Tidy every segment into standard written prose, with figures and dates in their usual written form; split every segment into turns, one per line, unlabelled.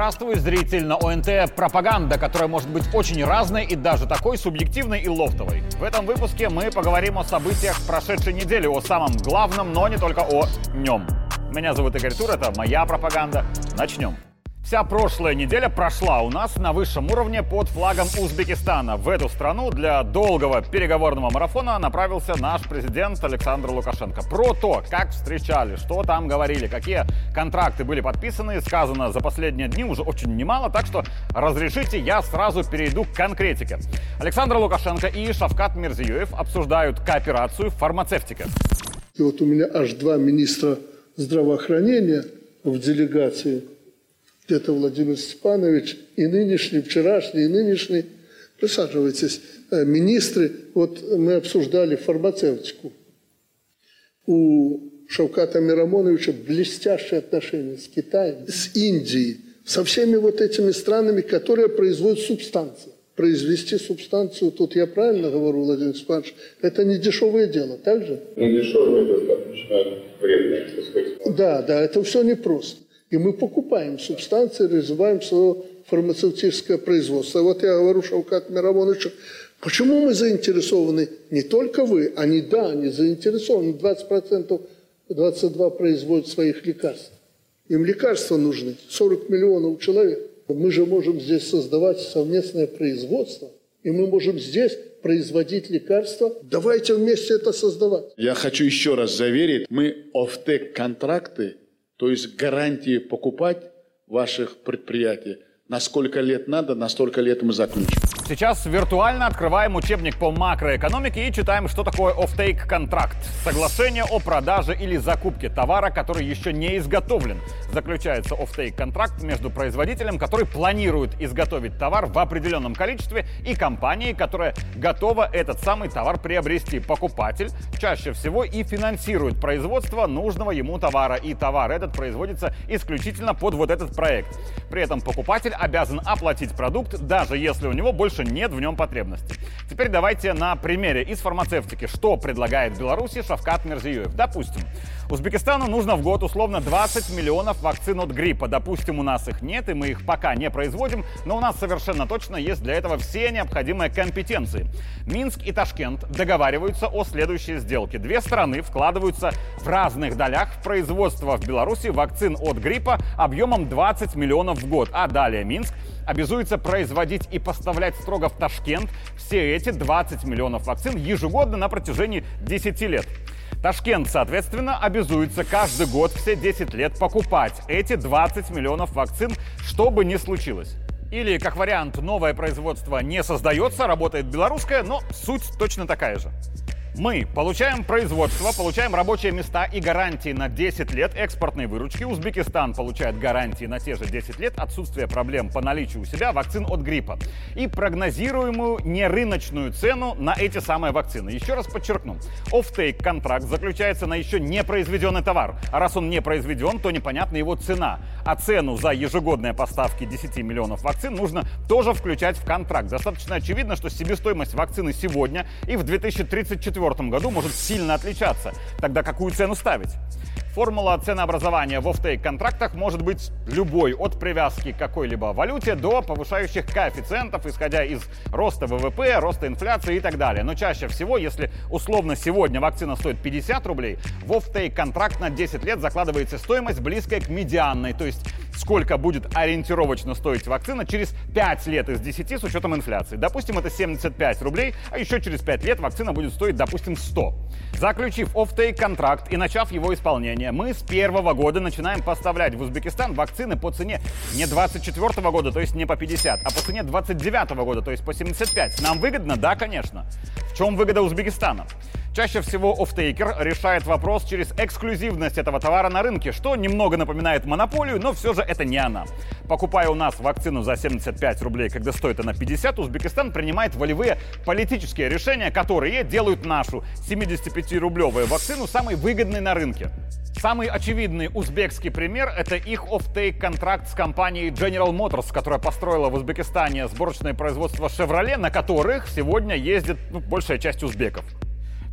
Здравствуй, зритель! На ОНТ пропаганда, которая может быть очень разной и даже такой субъективной и лофтовой. В этом выпуске мы поговорим о событиях прошедшей недели, о самом главном, но не только о нем. Меня зовут Игорь Тур, это моя пропаганда. Начнем. Вся прошлая неделя прошла у нас на высшем уровне под флагом Узбекистана. В эту страну для долгого переговорного марафона направился наш президент Александр Лукашенко. Про то, как встречали, что там говорили, какие контракты были подписаны, сказано за последние дни уже очень немало, так что разрешите, я сразу перейду к конкретике. Александр Лукашенко и Шавкат Мирзиёев обсуждают кооперацию в фармацевтике.
И вот у меня аж 2 министра здравоохранения в делегации. Это Владимир Степанович, и нынешний, вчерашний, и нынешний. Присаживайтесь, министры. Вот мы обсуждали фармацевтику. У Шавката Мирамоновича блестящие отношения с Китаем, с Индией, со всеми вот этими странами, которые производят субстанции. Произвести субстанцию, тут я правильно говорю, Владимир Степанович, это не дешевое дело, так же?
Не дешевое, достаточно вредное, так сказать.
Да, это все непросто. И мы покупаем субстанции, развиваем свое фармацевтическое производство. Вот я говорю Шавкату Мирамоновичу, почему мы заинтересованы, не только вы, они заинтересованы, 20%, 22% производят своих лекарств. Им лекарства нужны, 40 миллионов человек. Мы же можем здесь создавать совместное производство, и мы можем здесь производить лекарства. Давайте вместе это создавать.
Я хочу еще раз заверить, мы оффтек-контракты, то есть гарантии покупать ваших предприятий, на сколько лет надо, на столько лет мы заключим.
Сейчас виртуально открываем учебник по макроэкономике и читаем, что такое оффтейк-контракт. Соглашение о продаже или закупке товара, который еще не изготовлен. Заключается оффтейк-контракт между производителем, который планирует изготовить товар в определенном количестве, и компанией, которая готова этот самый товар приобрести. Покупатель чаще всего и финансирует производство нужного ему товара, и товар этот производится исключительно под вот этот проект. При этом покупатель обязан оплатить продукт, даже если у него больше нет в нем потребности. Теперь давайте на примере из фармацевтики, что предлагает Беларуси Шавкат Мирзиёев. Допустим, Узбекистану нужно в год условно 20 миллионов вакцин от гриппа. Допустим, у нас их нет, и мы их пока не производим, но у нас совершенно точно есть для этого все необходимые компетенции. Минск и Ташкент договариваются о следующей сделке. Две страны вкладываются в разных долях в производство в Беларуси вакцин от гриппа объемом 20 миллионов в год. А далее Минск обязуется производить и поставлять строго в Ташкент все эти 20 миллионов вакцин ежегодно на протяжении 10 лет. Ташкент, соответственно, обязуется каждый год все 10 лет покупать эти 20 миллионов вакцин, что бы ни случилось. Или, как вариант, новое производство не создается, работает белорусское, но суть точно такая же. Мы получаем производство, получаем рабочие места и гарантии на 10 лет экспортной выручки. Узбекистан получает гарантии на те же 10 лет отсутствия проблем по наличию у себя вакцин от гриппа. И прогнозируемую нерыночную цену на эти самые вакцины. Еще раз подчеркну, оффтейк-контракт заключается на еще не произведенный товар. А раз он не произведен, то непонятна его цена. А цену за ежегодные поставки 10 миллионов вакцин нужно тоже включать в контракт. Достаточно очевидно, что себестоимость вакцины сегодня и в 2034 году может сильно отличаться. Тогда какую цену ставить? Формула ценообразования в оффтейк-контрактах может быть любой, от привязки к какой-либо валюте до повышающих коэффициентов, исходя из роста ВВП, роста инфляции и так далее. Но чаще всего, если условно сегодня вакцина стоит 50 рублей, в оффтейк-контракт на 10 лет закладывается стоимость, близкая к медианной, то есть сколько будет ориентировочно стоить вакцина через 5 лет из 10 с учетом инфляции. Допустим, это 75 рублей, а еще через 5 лет вакцина будет стоить, допустим, 100. Заключив оффтейк-контракт и начав его исполнение, мы с первого года начинаем поставлять в Узбекистан вакцины по цене не 24 года, то есть не по 50, а по цене 29 года, то есть по 75. Нам выгодно? Да, конечно. В чем выгода Узбекистана? Чаще всего оффтейкер решает вопрос через эксклюзивность этого товара на рынке, что немного напоминает монополию, но все же это не она. Покупая у нас вакцину за 75 рублей, когда стоит она 50, Узбекистан принимает волевые политические решения, которые делают нашу 75-рублевую вакцину самой выгодной на рынке. Самый очевидный узбекский пример – это их оффтейк-контракт с компанией General Motors, которая построила в Узбекистане сборочное производство Chevrolet, на которых сегодня ездит большая часть узбеков.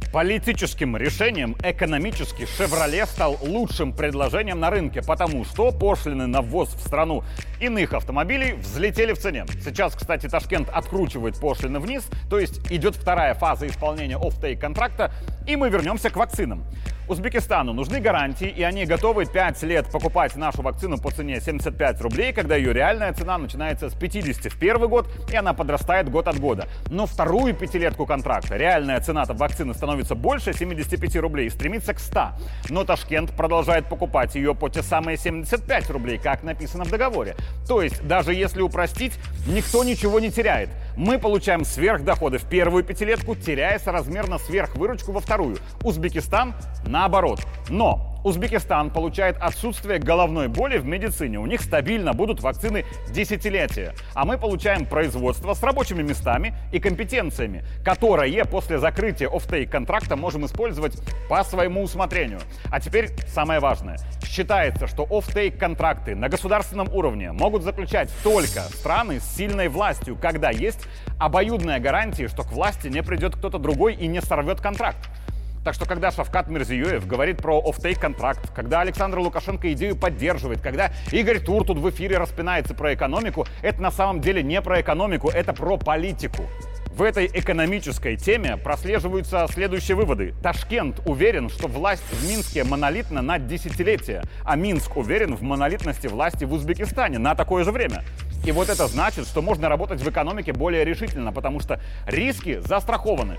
политическим решением экономически «Шевроле» стал лучшим предложением на рынке, потому что пошлины на ввоз в страну иных автомобилей взлетели в цене. Сейчас, кстати, Ташкент откручивает пошлины вниз, то есть идет вторая фаза исполнения оффтейк-контракта, и мы вернемся к вакцинам. Узбекистану нужны гарантии, и они готовы 5 лет покупать нашу вакцину по цене 75 рублей, когда ее реальная цена начинается с 50 в первый год, и она подрастает год от года. Но вторую пятилетку контракта реальная цена вакцины становится больше 75 рублей и стремится к 100. Но Ташкент продолжает покупать ее по те самые 75 рублей, как написано в договоре. То есть, даже если упростить, никто ничего не теряет. Мы получаем сверхдоходы в первую пятилетку, теряя соразмерно сверхвыручку во вторую. Узбекистан наоборот. Но Узбекистан получает отсутствие головной боли в медицине. У них стабильно будут вакцины десятилетия. А мы получаем производство с рабочими местами и компетенциями, которые после закрытия оффтейк-контракта можем использовать по своему усмотрению. А теперь самое важное. Считается, что оффтейк-контракты на государственном уровне могут заключать только страны с сильной властью, когда есть обоюдная гарантия, что к власти не придет кто-то другой и не сорвет контракт. Так что, когда Шавкат Мирзиёев говорит про оффтейк-контракт, когда Александр Лукашенко идею поддерживает, когда Игорь Тур тут в эфире распинается про экономику, это на самом деле не про экономику, это про политику. В этой экономической теме прослеживаются следующие выводы. Ташкент уверен, что власть в Минске монолитна на десятилетия, а Минск уверен в монолитности власти в Узбекистане на такое же время. И вот это значит, что можно работать в экономике более решительно, потому что риски застрахованы.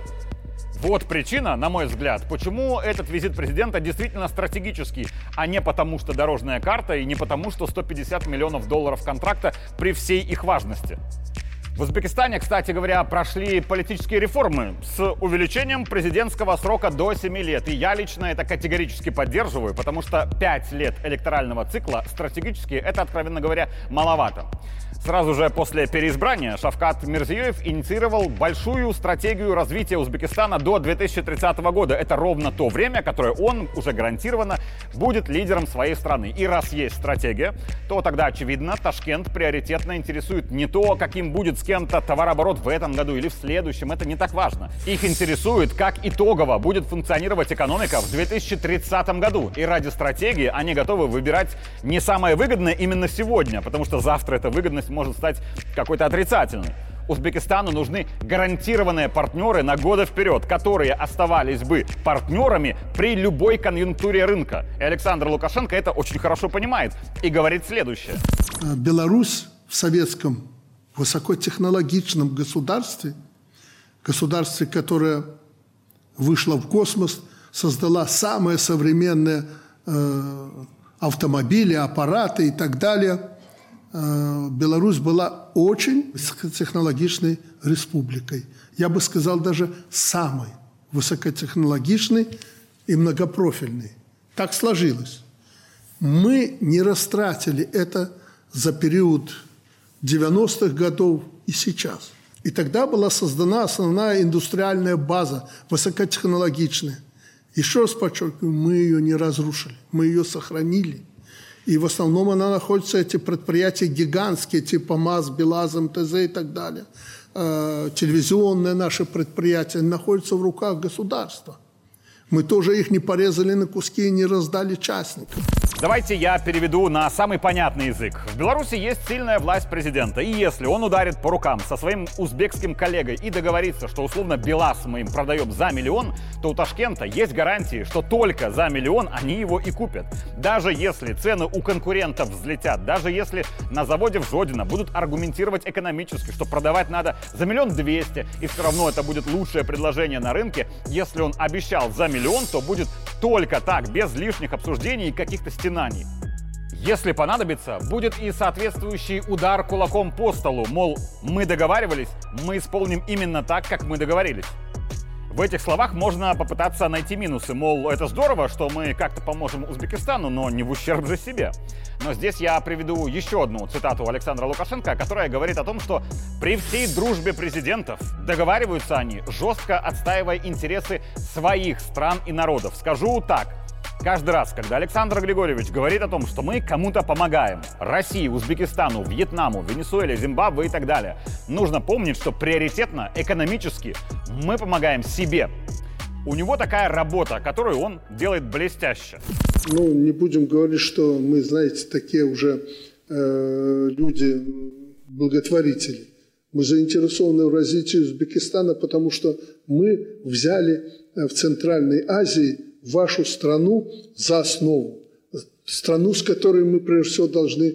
Вот причина, на мой взгляд, почему этот визит президента действительно стратегический, а не потому, что дорожная карта и не потому, что 150 миллионов долларов контракта при всей их важности. В Узбекистане, кстати говоря, прошли политические реформы с увеличением президентского срока до 7 лет. И я лично это категорически поддерживаю, потому что 5 лет электорального цикла стратегически это, откровенно говоря, маловато. Сразу же после переизбрания Шавкат Мирзиёев инициировал большую стратегию развития Узбекистана до 2030 года. Это ровно то время, которое он уже гарантированно будет лидером своей страны. И раз есть стратегия, то тогда, очевидно, Ташкент приоритетно интересует не то, каким будет с кем-то товарооборот в этом году или в следующем. Это не так важно. Их интересует, как итогово будет функционировать экономика в 2030 году. И ради стратегии они готовы выбирать не самое выгодное именно сегодня, потому что завтра эта выгодность может стать какой-то отрицательной. Узбекистану нужны гарантированные партнеры на годы вперед, которые оставались бы партнерами при любой конъюнктуре рынка. И Александр Лукашенко это очень хорошо понимает и говорит следующее.
Беларусь в советском высокотехнологичном государстве, которое вышло в космос, создала самые современные автомобили, аппараты и так далее. Беларусь была очень высокотехнологичной республикой. Я бы сказал, даже самой высокотехнологичной и многопрофильной. Так сложилось. Мы не растратили это за период 90-х годов и сейчас. И тогда была создана основная индустриальная база, высокотехнологичная. Еще раз подчеркиваю, мы ее не разрушили, мы ее сохранили. И в основном она находится, эти предприятия гигантские, типа МАЗ, БелАЗ, МТЗ и так далее. Телевизионные наши предприятия находятся в руках государства. Мы тоже их не порезали на куски и не раздали частникам.
Давайте я переведу на самый понятный язык. В Беларуси есть сильная власть президента, и если он ударит по рукам со своим узбекским коллегой и договорится, что условно БелАЗ мы им продаем за 1 миллион, то у Ташкента есть гарантии, что только за 1 миллион они его и купят. Даже если цены у конкурентов взлетят, даже если на заводе в Жодино будут аргументировать экономически, что продавать надо за 1 200 000, и все равно это будет лучшее предложение на рынке, если он обещал за 1 миллион, то будет только так, без лишних обсуждений и каких-то стенаний. Если понадобится, будет и соответствующий удар кулаком по столу, мол, мы договаривались, мы исполним именно так, как мы договорились. В этих словах можно попытаться найти минусы, мол, это здорово, что мы как-то поможем Узбекистану, но не в ущерб же себе. Но здесь я приведу еще одну цитату Александра Лукашенко, которая говорит о том, что при всей дружбе президентов договариваются они, жестко отстаивая интересы своих стран и народов. Скажу так. Каждый раз, когда Александр Григорьевич говорит о том, что мы кому-то помогаем, России, Узбекистану, Вьетнаму, Венесуэле, Зимбабве и так далее, нужно помнить, что приоритетно, экономически мы помогаем себе. У него такая работа, которую он делает блестяще.
Ну, не будем говорить, что мы, знаете, такие уже люди, благотворители. Мы заинтересованы в развитии Узбекистана, потому что мы взяли в Центральной Азии вашу страну за основу. Страну, с которой мы, прежде всего, должны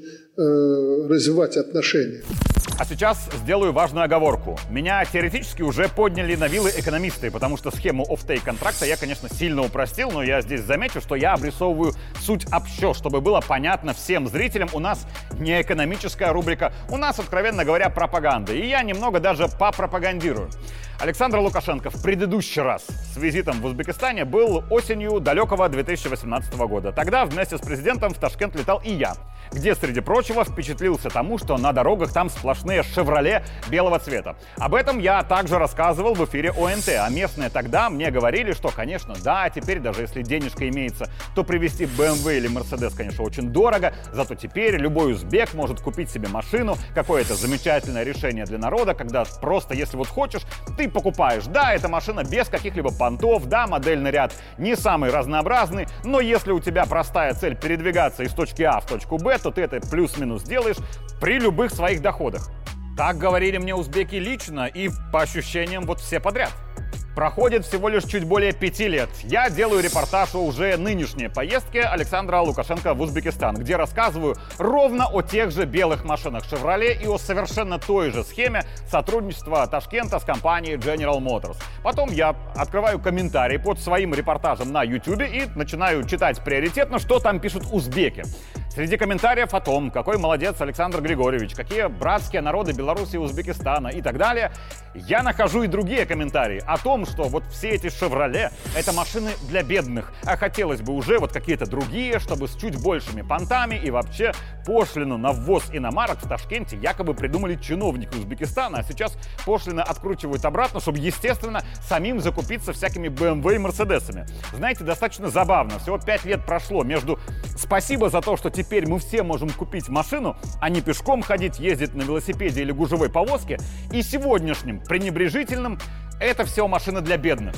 развивать отношения.
А сейчас сделаю важную оговорку. Меня теоретически уже подняли на вилы экономисты, потому что схему оффтейк контракта я, конечно, сильно упростил, но я здесь замечу, что я обрисовываю суть общо, чтобы было понятно всем зрителям. У нас не экономическая рубрика, у нас, откровенно говоря, пропаганда. И я немного даже попропагандирую. Александр Лукашенко в предыдущий раз с визитом в Узбекистане был осенью далекого 2018 года. Тогда вместе с президентом в Ташкент летал и я, где, среди прочего, впечатлился тому, что на дорогах там сплошные «Шевроле» белого цвета. Об этом я также рассказывал в эфире ОНТ, а местные тогда мне говорили, что, конечно, да, теперь даже если денежка имеется, то привезти BMW или Mercedes, конечно, очень дорого, зато теперь любой узбек может купить себе машину, какое-то замечательное решение для народа, когда просто, если вот хочешь, ты покупаешь. Да, эта машина без каких-либо понтов, да, модельный ряд не самый разнообразный, но если у тебя простая цель передвигаться из точки А в точку Б, то ты это плюс-минус делаешь при любых своих доходах. Так говорили мне узбеки лично и по ощущениям вот все подряд. Проходит всего лишь чуть более 5 лет. Я делаю репортаж о уже нынешней поездке Александра Лукашенко в Узбекистан, где рассказываю ровно о тех же белых машинах «Шевроле» и о совершенно той же схеме сотрудничества Ташкента с компанией General Motors. Потом я открываю комментарии под своим репортажем на YouTube и начинаю читать приоритетно, что там пишут узбеки. Среди комментариев о том, какой молодец Александр Григорьевич, какие братские народы Беларуси и Узбекистана и так далее, я нахожу и другие комментарии о том, что вот все эти «Шевроле» — это машины для бедных, а хотелось бы уже вот какие-то другие, чтобы с чуть большими понтами, и вообще пошлину на ввоз иномарок в Ташкенте якобы придумали чиновники Узбекистана, а сейчас пошлины откручивают обратно, чтобы, естественно, самим закупиться всякими BMW и Мерседесами. Знаете, достаточно забавно, всего 5 лет прошло между «спасибо за то, что теперь мы все можем купить машину, а не пешком ходить, ездить на велосипеде или гужевой повозке», и сегодняшним пренебрежительным «это все машины для бедных».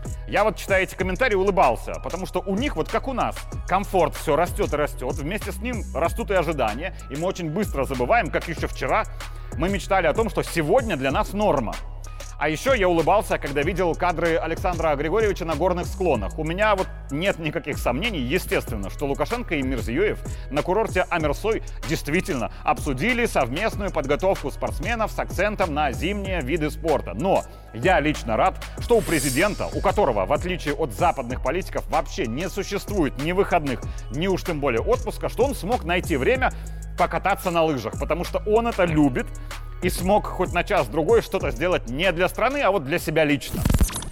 Я вот, читая эти комментарии, улыбался, потому что у них, вот как у нас, комфорт все растет и растет, вместе с ним растут и ожидания, и мы очень быстро забываем, как еще вчера мы мечтали о том, что сегодня для нас норма. А еще я улыбался, когда видел кадры Александра Григорьевича на горных склонах. У меня вот нет никаких сомнений, естественно, что Лукашенко и Мирзиёев на курорте Амирсой действительно обсудили совместную подготовку спортсменов с акцентом на зимние виды спорта. Но я лично рад, что у президента, у которого, в отличие от западных политиков, вообще не существует ни выходных, ни уж тем более отпуска, что он смог найти время покататься на лыжах, потому что он это любит, и смог хоть на час-другой что-то сделать не для страны, а вот для себя лично.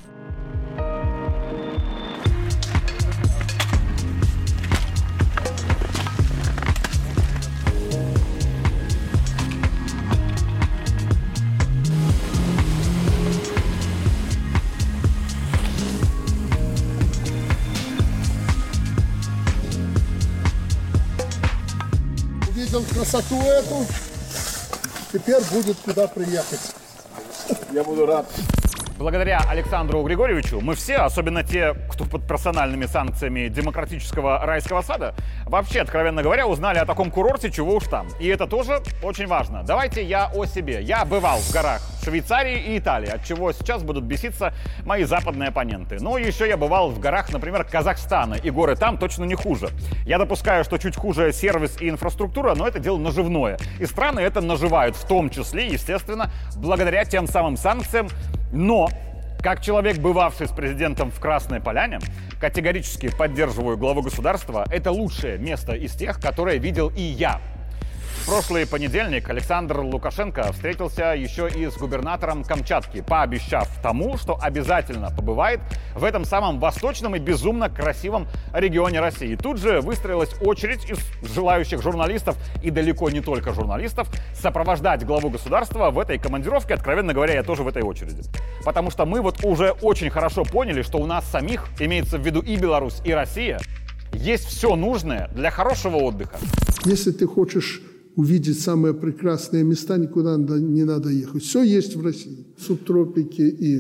Увидел красоту эту. Теперь будет куда приехать.
Я буду рад.
Благодаря Александру Григорьевичу мы все, особенно те, кто под персональными санкциями демократического райского сада, вообще, откровенно говоря, узнали о таком курорте, чего уж там. И это тоже очень важно. Давайте я о себе. Я бывал в горах Швейцарии и Италии, от чего сейчас будут беситься мои западные оппоненты. Но еще я бывал в горах, например, Казахстана, и горы там точно не хуже. Я допускаю, что чуть хуже сервис и инфраструктура, но это дело наживное. И страны это наживают, в том числе, естественно, благодаря тем самым санкциям. Но, как человек, бывавший с президентом в Красной Поляне, категорически поддерживаю главу государства. Это лучшее место из тех, которые видел и я. В прошлый понедельник Александр Лукашенко встретился еще и с губернатором Камчатки, пообещав тому, что обязательно побывает в этом самом восточном и безумно красивом регионе России. Тут же выстроилась очередь из желающих журналистов, и далеко не только журналистов, сопровождать главу государства в этой командировке. Откровенно говоря, я тоже в этой очереди. Потому что мы вот уже очень хорошо поняли, что у нас самих, имеется в виду и Беларусь, и Россия, есть все нужное для хорошего отдыха.
Если ты хочешь увидеть самые прекрасные места, никуда не надо ехать. Все есть в России. Субтропики и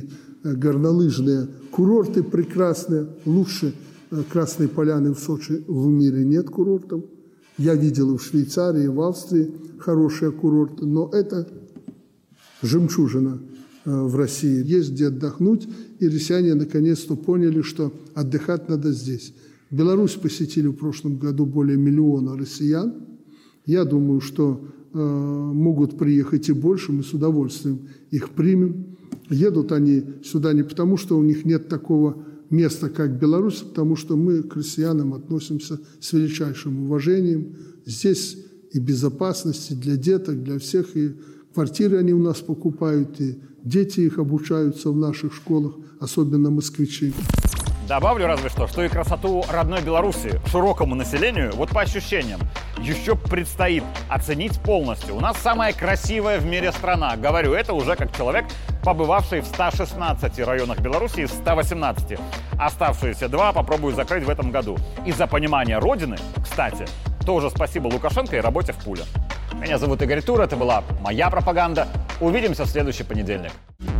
горнолыжные курорты прекрасные. Лучше Красной Поляны в Сочи в мире нет курортов. Я видел и в Швейцарии, и в Австрии хорошие курорты, но это жемчужина в России. Есть где отдохнуть, и россияне наконец-то поняли, что отдыхать надо здесь. Беларусь посетили в прошлом году более 1 миллиона россиян. Я думаю, что могут приехать и больше, мы с удовольствием их примем. Едут они сюда не потому, что у них нет такого места, как Беларусь, потому что мы к россиянам относимся с величайшим уважением. Здесь и безопасности для деток, для всех, и квартиры они у нас покупают, и дети их обучаются в наших школах, особенно москвичи.
Добавлю разве что и красоту родной Беларуси широкому населению, вот по ощущениям, еще предстоит оценить полностью. У нас самая красивая в мире страна. Говорю это уже как человек, побывавший в 116 районах Беларуси из 118. Оставшиеся 2 попробую закрыть в этом году. И за понимание Родины, кстати, тоже спасибо Лукашенко и работе в Пуле. Меня зовут Игорь Тур, это была моя пропаганда. Увидимся в следующий понедельник.